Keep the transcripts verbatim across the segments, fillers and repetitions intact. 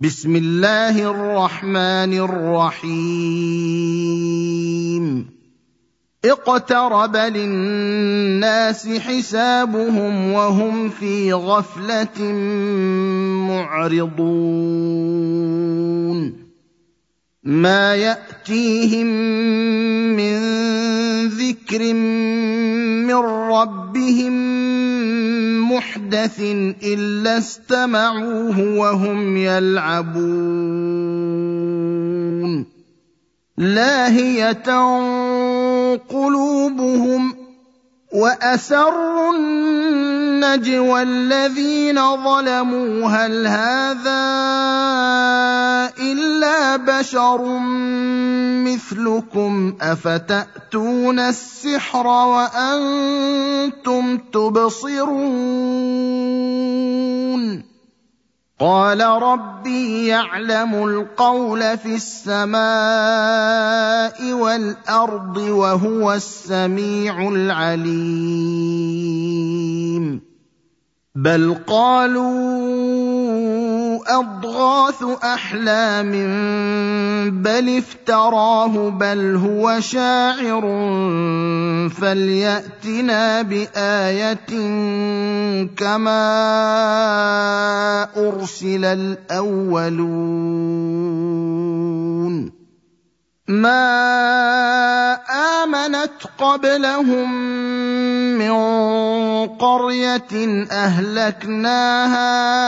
بسم الله الرحمن الرحيم اقترب للناس حسابهم وهم في غفلة معرضون ما يأتيهم من ذكر من ربهم محدث إلا استمعوه وهم يلعبون لاهية قلوبهم وأسروا النجوى الذين ظلموا هل هذا إلا بشر مثلكم أفتأتون السحر وأنتم تبصرون قال ربي يعلم القول في السماء والأرض وهو السميع العليم بل قالوا أضغاث أحلام بل افتراه بل هو شاعر فليأتنا بآية كما أرسل الأولون ما آمنت قبلهم من قرية أهلكناها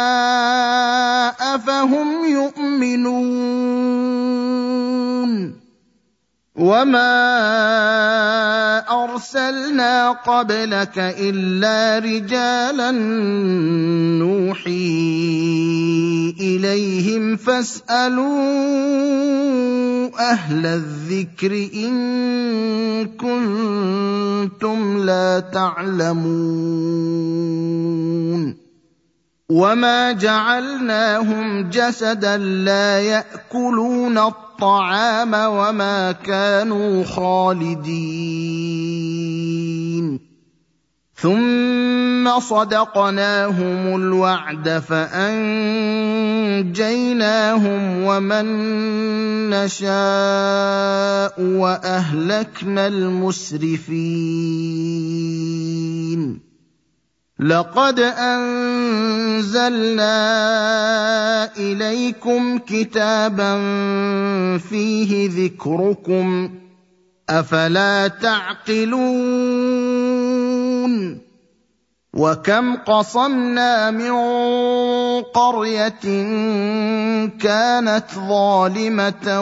أفهم يؤمنون وما أرسلنا قبلك إلا رجالا نوحي إليهم فاسألوا أهل الذكر إن كنتم لا تعلمون وما جعلناهم جسدا لا يأكلون الطعام وما كانوا خالدين ثم صدقناهم الوعد فأنجيناهم ومن نشاء وأهلكنا المسرفين لقد أنزلنا إليكم كتابا فيه ذكركم أفلا تعقلون وكم قصمنا من قرية كانت ظالمة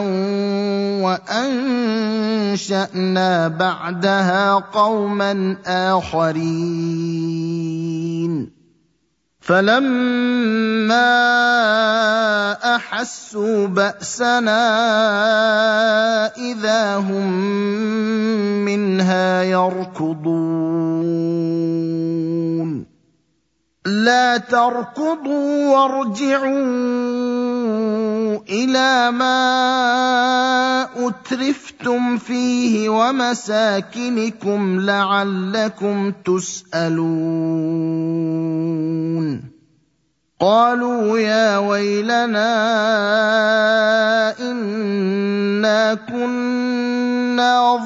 وأنشأنا بعدها قوما آخرين فلما أحسوا بأسنا إذا هم منها يركضون لا تركضوا وارجعوا إلى ما أترفتم فيه ومساكنكم لعلكم تسألون قالوا يا ويلنا إنا كنا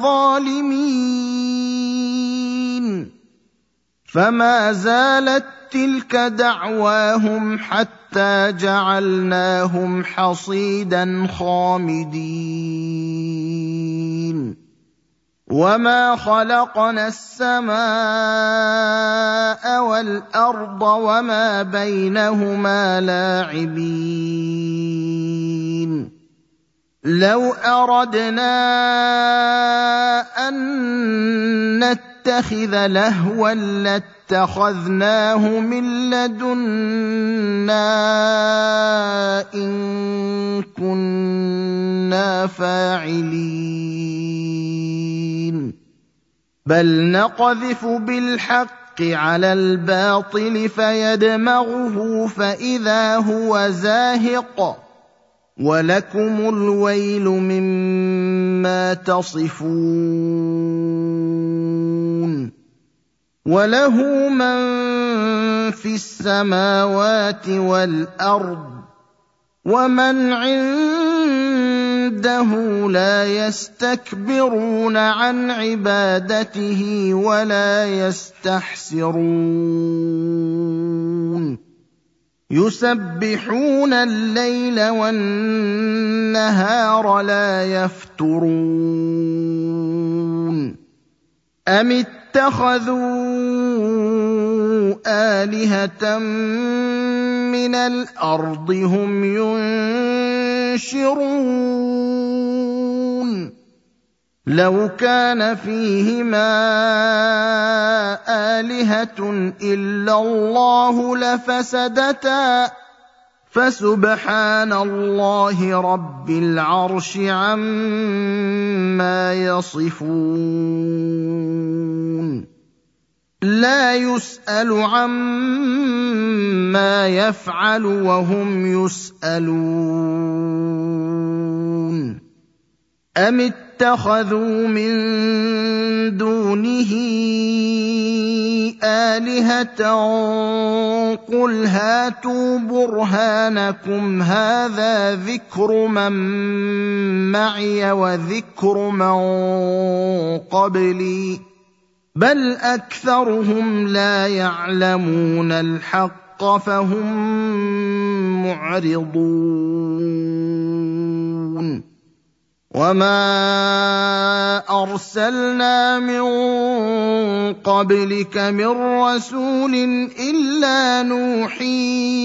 ظالمين فما زالت تلك دعواهم حتى جعلناهم حصيدا خامدين وما خلقنا السماء والأرض وما بينهما لاعبين لو أردنا أن نتخذ لهوا لاتخذناه من لدنا إن كنا فاعلين بل نقذف بالحق على الباطل فيدمغه فإذا هو زاهق ولكم الويل مما تصفون وله من في السماوات والأرض ومن عنده لا يستكبرون عن عبادته ولا يستحسرون يسبحون الليل والنهار لا يفترون أم اتخذوا آلهة من الأرض هم ينشرون لو كان فيهما آلهة إلا الله لفسدتا فسبحان الله رب العرش عما يصفون لا يسأل عما يفعل وهم يسألون أم اتخذوا من دونه آلهة قل هاتوا برهانكم هذا ذكر من معي وذكر من قبلي بل أكثرهم لا يعلمون الحق فهم معرضون وما أرسلنا من قبلك من رسول إلا نوحي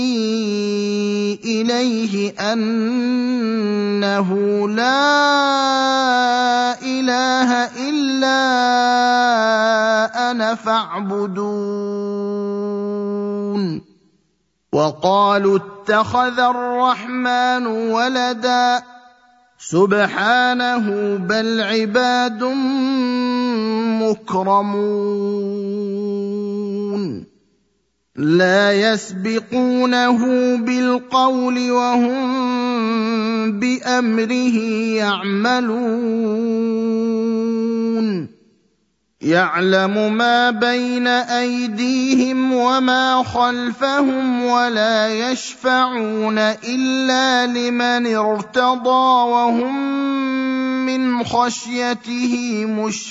إليه أنه لا إله إلا أنا فاعبدون وقالوا اتخذ الرحمن ولدا سبحانه بل عباد مكرمون لا يسبقونه بالقول وهم بأمره يعملون يعلم ما بين أيديهم وما خلفهم ولا يشفعون إلا لمن ارتضى وهم من خشيته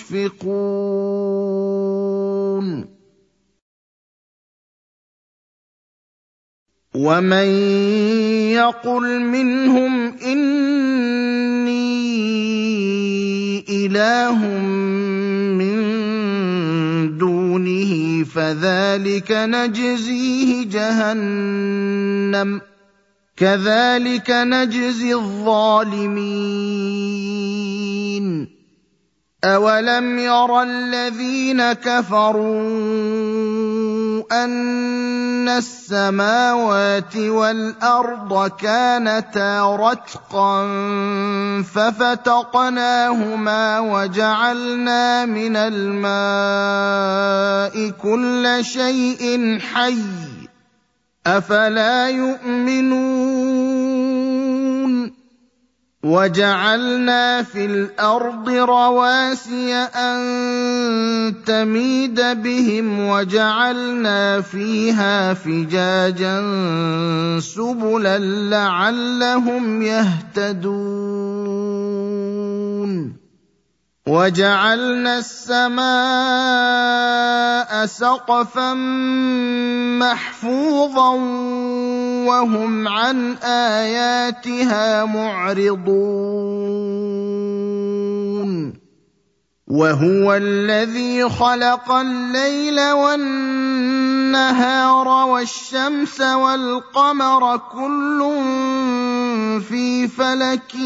مشفقون ومن يقل منهم إني إله من دونه فذلك نجزيه جهنم كذلك نجزي الظالمين أولم ير الذين كفروا أن السماوات والأرض كانتا رتقا ففتقناهما وجعلنا من الماء كل شيء حي أفلا يؤمنون وجعلنا في الأرض رواسي أن تميد بهم وجعلنا فيها فجاجا سبلا لعلهم يهتدون وجعلنا السماء سقفا محفوظا وهم عن آياتها معرضون وهو الذي خلق الليل والنهار والشمس والقمر كل في فلك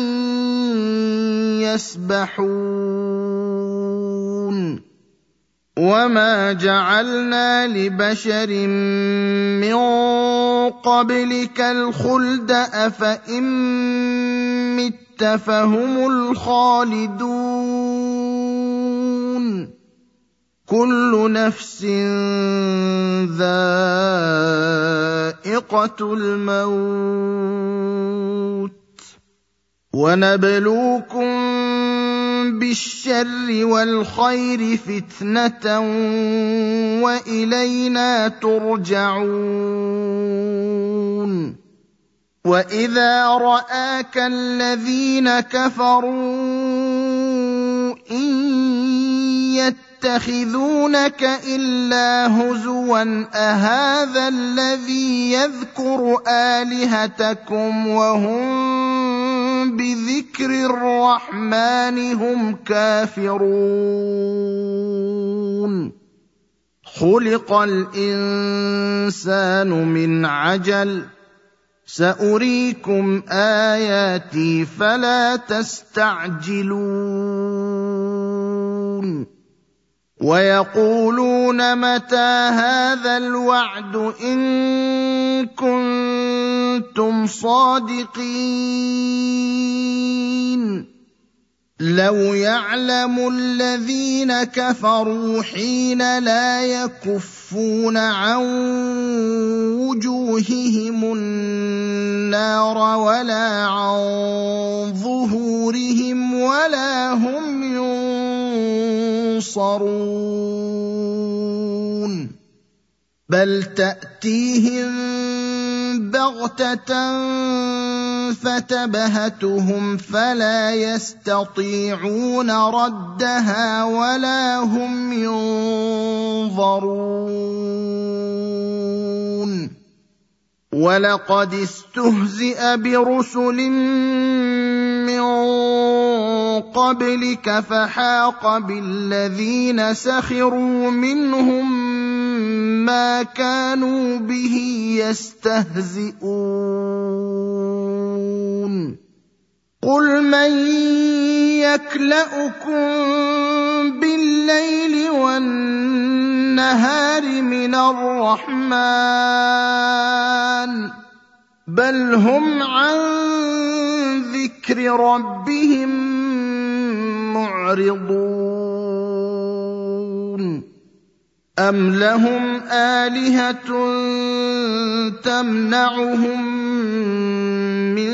يسبحون وما جعلنا لبشر من قبلك الخلد أفإن مت فهم الخالدون كل نفس ذائقة الموت ونبلوكم بالشر والخير فتنة وإلينا ترجعون وَإِذَا رَآكَ الَّذِينَ كَفَرُوا إِن يَتَّخِذُونَكَ إِلَّا هُزُوًا أَهَٰذَا الَّذِي يَذْكُرُ آلِهَتَكُمْ وَهُم بِذِكْرِ الرَّحْمَٰنِ هُمْ كَافِرُونَ خُلِقَ الْإِنسَانُ مِنْ عَجَلٍ سَأُرِيكُمْ آيَاتِي فَلَا تَسْتَعْجِلُونِ وَيَقُولُونَ مَتَىٰ هَٰذَا الْوَعْدُ إِن كُنتُمْ صَادِقِينَ لَوْ يَعْلَمُ الَّذِينَ كَفَرُوا حِينَ لَا يَكُفُّونَ عَن وُجُوهِهِمُ النَّارَ وَلَا عَن ظُهُورِهِمْ وَلَا هُمْ يُنصَرُونَ بَلْ تَأْتِيهِم بَغْتَةً فَتَبْهَتُهُمْ فَلَا يَسْتَطِيعُونَ رَدَّهَا وَلَا هُمْ يُنظَرُونَ وَلَقَدِ اسْتُهْزِئَ بِرُسُلٍ مِّن قَبْلِكَ فَحَاقَ بِالَّذِينَ سَخِرُوا مِنْهُم مَّا كَانُوا بِهِ يَسْتَهْزِئُونَ قُلْ مَن يَكْلَؤُكُم بِاللَّيْلِ وَالنَّهَارِ مِنَ الرَّحْمَٰنِ بَلْ هُمْ عَن ذِكْرِ رَبِّهِم مُّعْرِضُونَ أَمْ لَهُمْ آلِهَةٌ تَمْنَعُهُم مِّن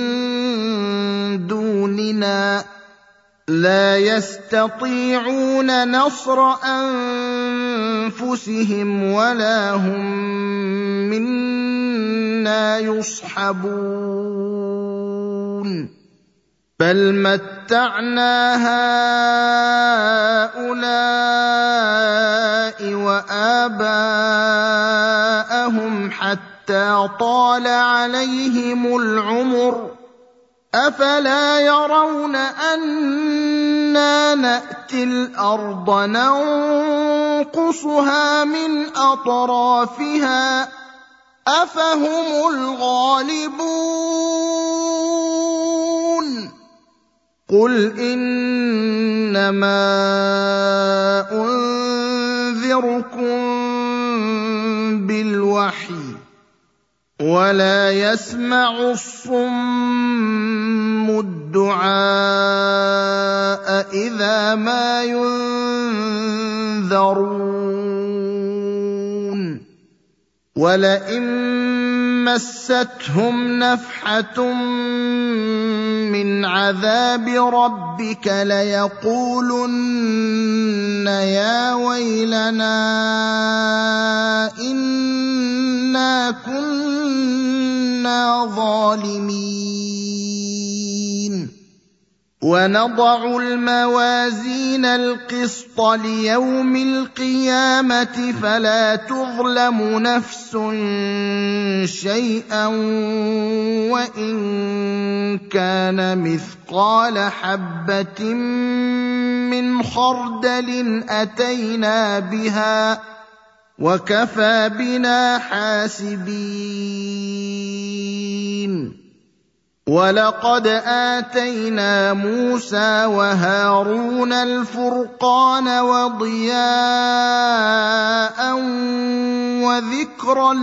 دُونِنَا لَا يَسْتَطِيعُونَ نَصْرَ أَنفُسِهِمْ وَلَا هُم مِّنَّا يُصْحَبُونَ بَلْ مَتَّعْنَا هَٰؤُلَاءِ وَآبَاءَهُمْ حَتَّىٰ طَالَ عَلَيْهِمُ الْعُمُرُ أَفَلَا يَرَوْنَ أَنَّا نَأْتِي الْأَرْضَ نَنقُصُهَا مِنْ أَطْرَافِهَا أَفَهُمُ الْغَالِبُونَ قُلْ إِنَّمَا أُنذِرُكُم بِالْوَحْيِ وَلَا يَسْمَعُ الصُّمُّ الدُّعَاءَ إِذَا مَا يُنذَرُونَ وَلَئِن مَّسَّتْهُمْ نَفْحَةٌ مِّنْ عَذَابِ رَبِّكَ لَيَقُولُنَّ يَا وَيْلَنَا إِنَّا كُنَّا ظَالِمِينَ وَنَضَعُ الْمَوَازِينَ الْقِسْطَ لِيَوْمِ الْقِيَامَةِ فَلَا تُظْلَمُ نَفْسٌ شَيْئًا وَإِن كَانَ مِثْقَالَ حَبَّةٍ مِّنْ خَرْدَلٍ أَتَيْنَا بِهَا وَكَفَىٰ بِنَا حَاسِبِينَ وَلَقَدْ آتَيْنَا مُوسَىٰ وَهَارُونَ الْفُرْقَانَ وَضِيَاءً وَذِكْرًا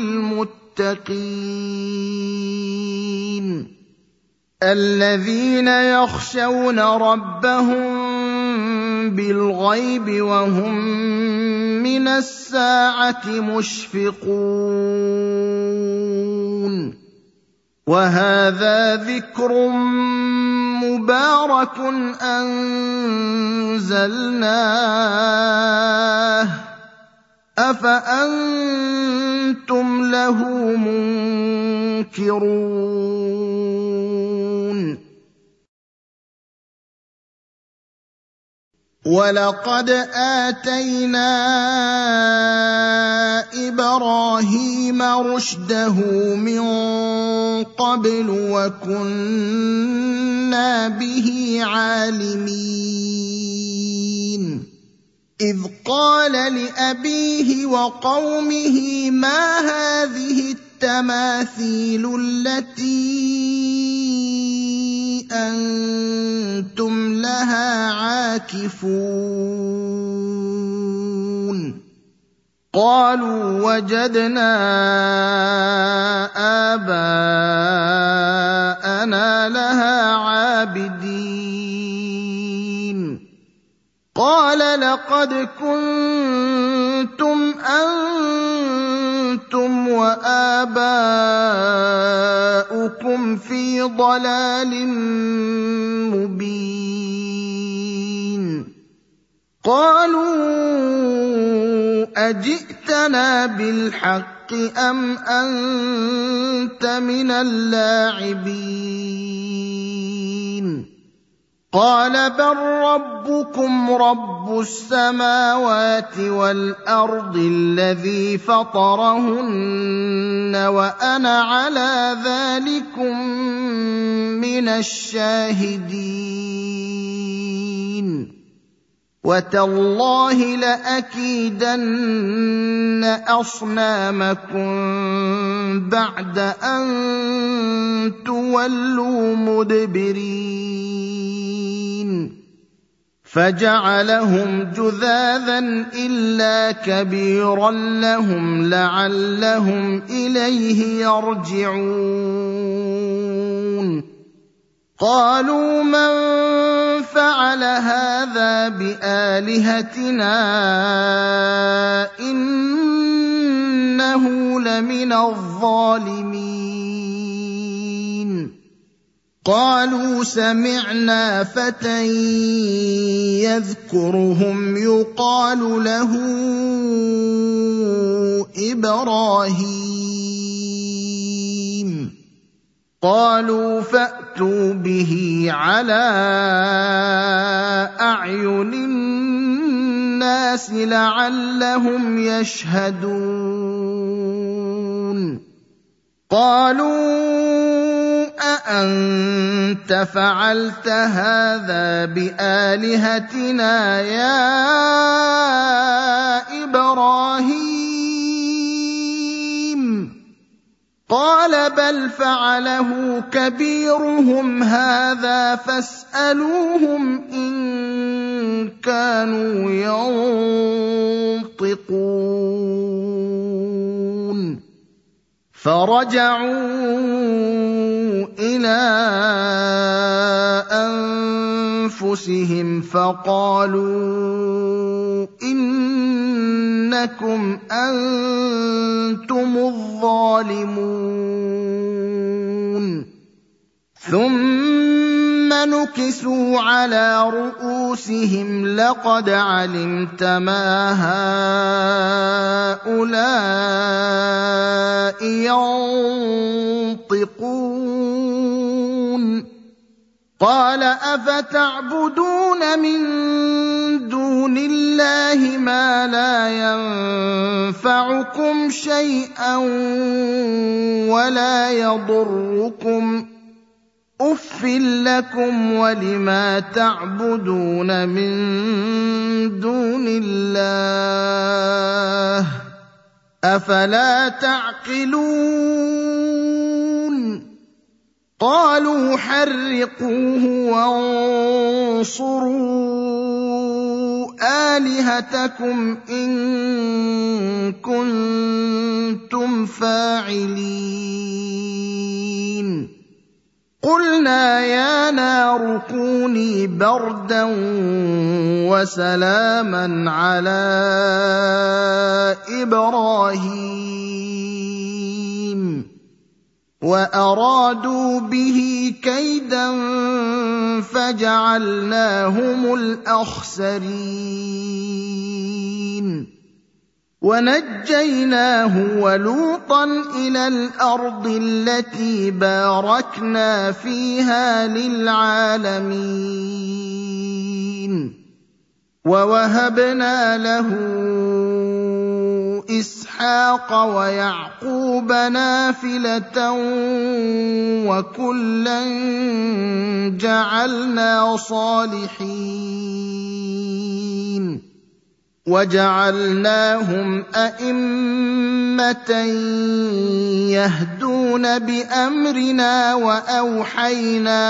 لِّلْمُتَّقِينَ الَّذِينَ يَخْشَوْنَ رَبَّهُم بِالْغَيْبِ وَهُم مِّنَ السَّاعَةِ مُشْفِقُونَ وَهَٰذَا ذِكْرٌ مُّبَارَكٌ أَنزَلْنَاهُ أفأنتم له منكرون ولقد آتينا إبراهيم رشده من قبل وكنا به عالمين إذ قال لأبيه وقومه ما هذه التماثيل التي أنتم لها عاكفون قالوا وجدنا آباءنا لها عابدين قال لقد كنتم أنتم وآباؤكم في ضلال مبين قالوا أجئتنا بالحق أم أنت من اللاعبين قال بل ربكم رب السماوات والأرض الذي فطرهن وأنا على ذلكم من الشاهدين وتالله لأكيدن أصنامكم بعد أن تولوا مدبرين فجعلهم جذاذا إلا كبيرا لهم لعلهم إليه يرجعون قالوا من فعل هذا بآلهتنا إنه لمن الظالمين قالوا سمعنا فتى يذكرهم يقال له إبراهيم قالوا فأتوا به على أعين الناس لعلهم يشهدون قالوا أأنت فعلت هذا بآلهتنا يا إبراهيم قال بل فعله كبيرهم هذا فاسألوهم إن كانوا ينطقون فرجعوا إلى أنفسهم فقالوا إنكم أنتم الظالمون ثم نكسوا على رؤوسهم لقد علمت ما هؤلاء ينطقون قال أفتعبدون من دون الله ما لا ينفعكم شيئا ولا يضركم أف لكم ولما تعبدون من دون الله أفلا تعقلون قالوا حرقوه وانصروا آلهتكم إن كنتم فاعلين قلنا يا نار كوني بردا وسلاما على إبراهيم وأرادوا به كيدا فجعلناهم الأخسرين ونجيناه ولوطا إلى الأرض التي باركنا فيها للعالمين ووهبنا له إسحاق ويعقوب نافلة وكلا جعلنا صالحين وجعلناهم أئمة يهدون بأمرنا وأوحينا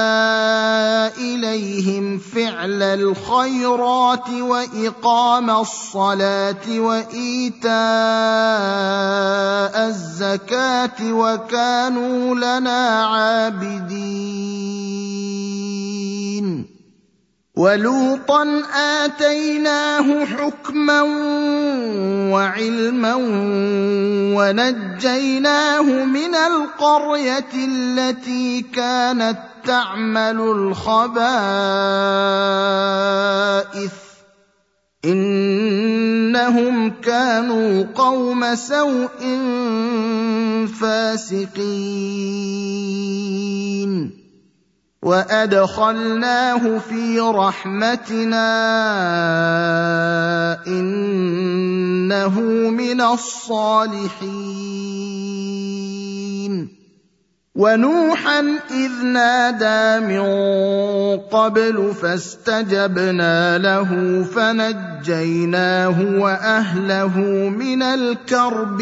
إليهم فعل الخيرات وإقام الصلاة وإيتاء الزكاة وكانوا لنا عابدين ولوطا آتيناه حكما وعلما ونجيناه من القرية التي كانت تعمل الخبائث إنهم كانوا قوم سوء فاسقين وأدخلناه في رحمتنا إنه من الصالحين ونوحا إذ نادى من قبل فاستجبنا له فنجيناه وأهله من الكرب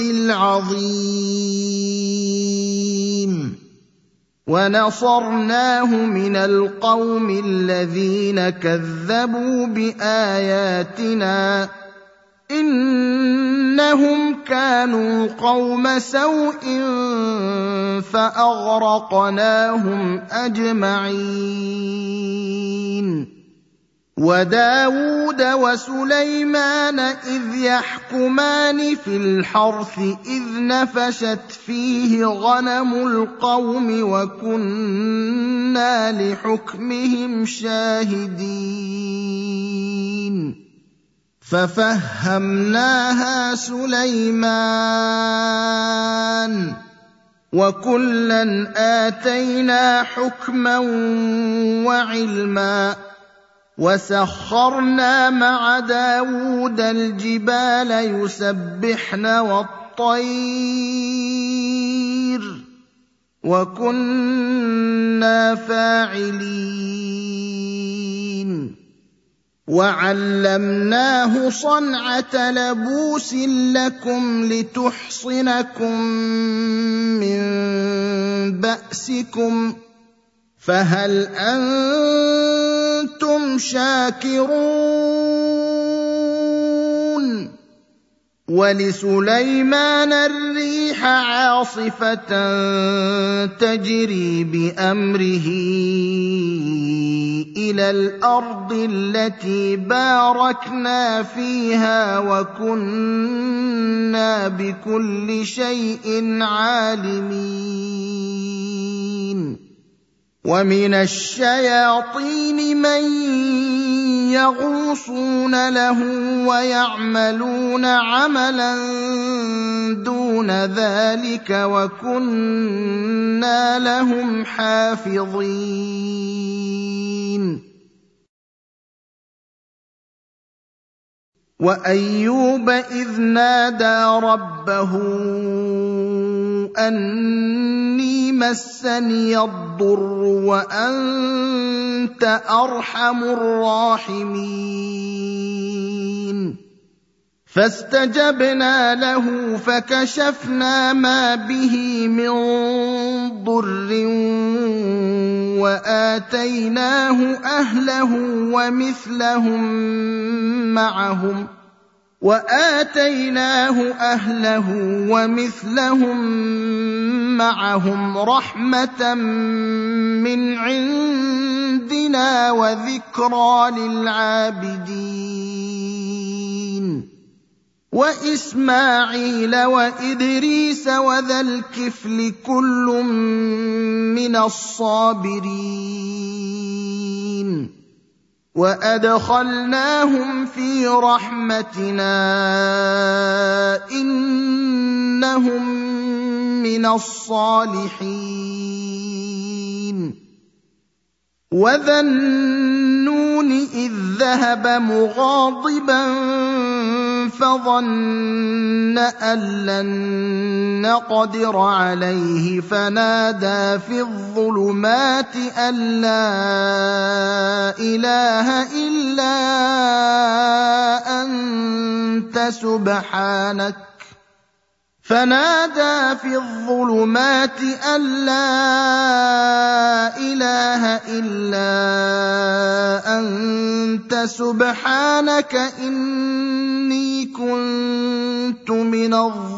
العظيم ونصرناه من القوم الذين كذبوا بآياتنا إنهم كانوا قوم سوء فأغرقناهم أجمعين وداود وسليمان إذ يحكمان في الحرث إذ نفشت فيه غنم القوم وكنا لحكمهم شاهدين ففهمناها سليمان وكلا آتينا حكما وعلما وسخرنا مع داود الجبال يسبحن والطير وكنا فاعلين وعلمناه صنعة لبوس لكم لتحصنكم من بأسكم فهل أنتم شاكرون ولسليمان الريح عاصفة تجري بأمره إلى الأرض التي باركنا فيها وكنا بكل شيء عالمين ومن الشياطين من يغوصون له ويعملون عملا دون ذلك وكنا لهم حافظين وأيوب إذ نادى ربه أني مسني الضر وأنت أرحم الراحمين فاستجبنا له فكشفنا ما به من ضر وآتيناه أهله ومثلهم معهم وآتيناه أهله ومثلهم معهم رحمة من عندنا وذكرى للعابدين وإسماعيل وإدريس وذا الكفل كل من الصابرين وأدخلناهم في رحمتنا إنهم من الصالحين وذا النون إذ ذهب مغاضبا فظن أن لن نقدر عليه فنادى في الظلمات أن لا إله إلا أنت سبحانك فنادى في الظلمات أن لا إله إلا أنت سبحانك إني كنت من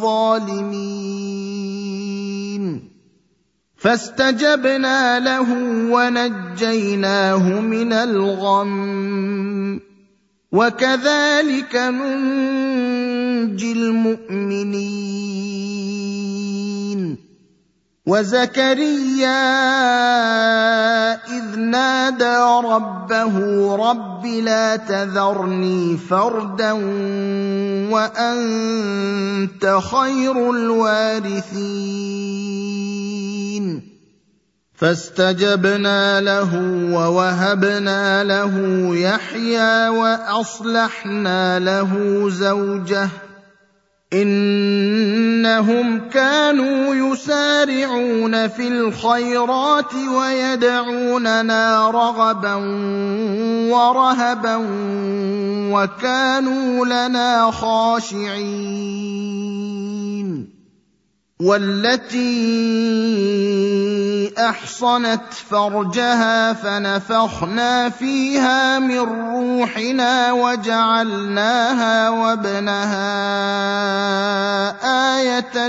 الظالمين فاستجبنا له ونجيناه من الغم وكذلك ننجي المؤمنين وزكريا إذ نادى ربه رب لا تذرني فردا وأنت خير الوارثين فاستجبنا له ووهبنا له يحيى وأصلحنا له زوجه إنهم كانوا يسارعون في الخيرات ويدعوننا رغبا ورهبا وكانوا لنا خاشعين والتي أحصنت فرجها فنفخنا فيها من روحنا وجعلناها وابنها آية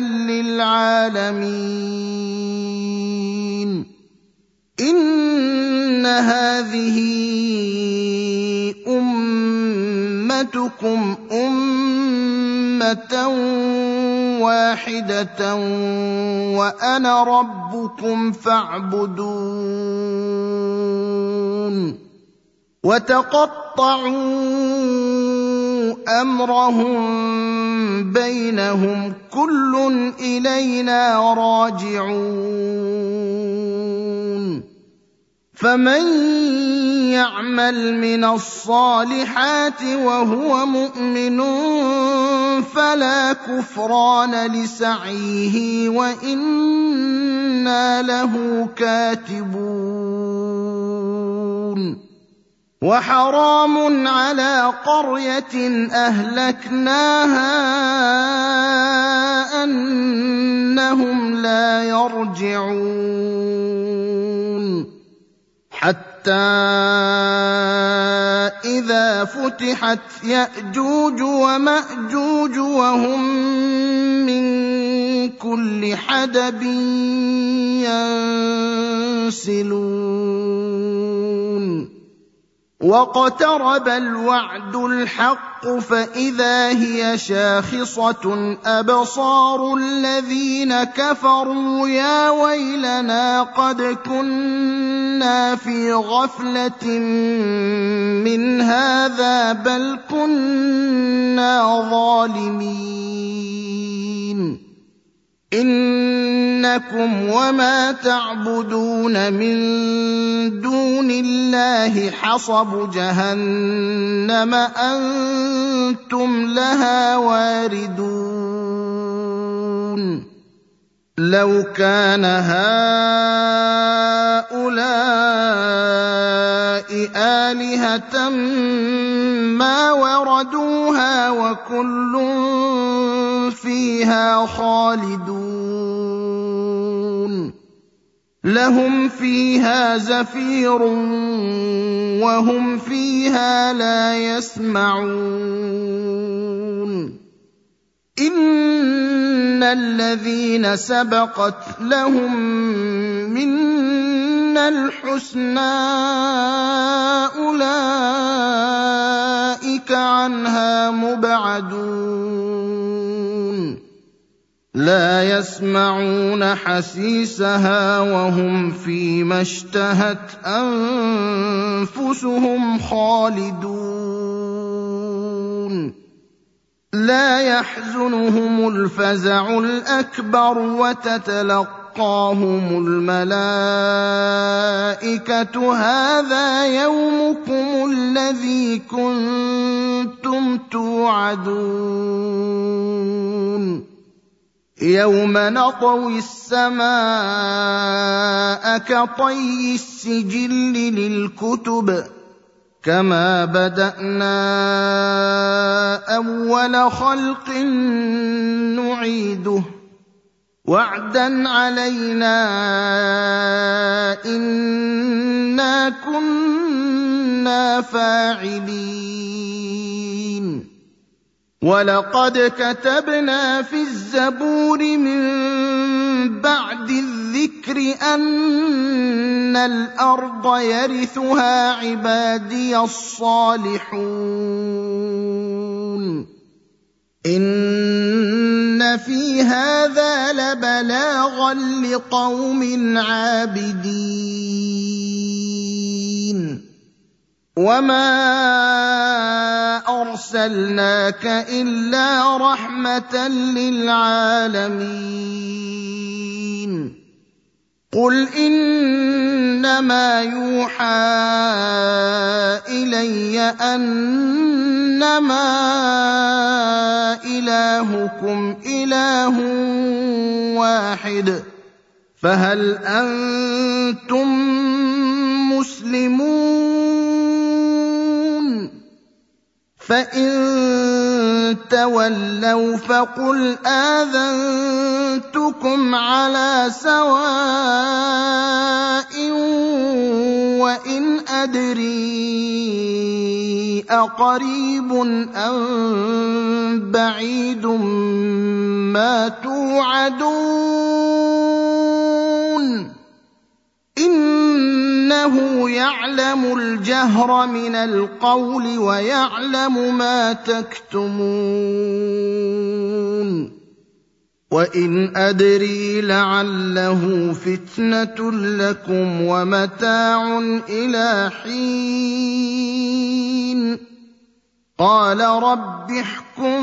للعالمين إن هذه أمتكم أمة واحدة وأنا ربكم فاعبدون وتقطعوا أمرهم بينهم كل إلينا راجعون فمن يعمل من الصالحات وهو مؤمن فلا كفران لسعيه وإنا له كاتبون وحرام على قرية أهلكناها أنهم لا يرجعون حتى إذا فتحت يأجوج ومأجوج وهم من كل حدب ينسلون واقترب الوعد الحق فإذا هي شاخصة أبصار الذين كفروا يا ويلنا قد كنا في غفلة من هذا بل كنا ظالمين إنكم وما تعبدون من دون الله حصب جهنم أنتم لها واردون لو كان هؤلاء آلهة ما وردوها وكل فيها خالدون لهم فيها زفير وهم فيها لا يسمعون إن الذين سبقت لهم منا الحسنى أولئك عنها مبعدون لا يسمعون حسيسها وهم فيما اشتهت أنفسهم خالدون لا يحزنهم الفزع الأكبر وتتلقاهم الملائكة هذا يومكم الذي كنتم توعدون يوم نطوي السماء كطي السجل للكتب كما بدأنا أول خلق نعيده وعدا علينا إنا كنا فاعلين ولقد كتبنا في الزبور من بعد الذكر أن الأرض يرثها عبادي الصالحون إن في هذا لبلاغا لقوم عابدين وما أرسلناك إلا رحمة للعالمين قل إنما يوحى إلي أنما إلهكم إله واحد فهل أنتم مسلمون فإن تولوا فقل آذنتكم على سواء وإن أدري أقريب أم بعيد ما توعدون إنه يعلم الجهر من القول ويعلم ما تكتمون وإن أدري لعله فتنة لكم ومتاع إلى حين قال رب احكم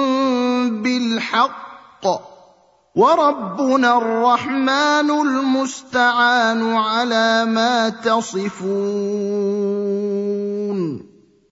بالحق وربنا الرحمن المستعان على ما تصفون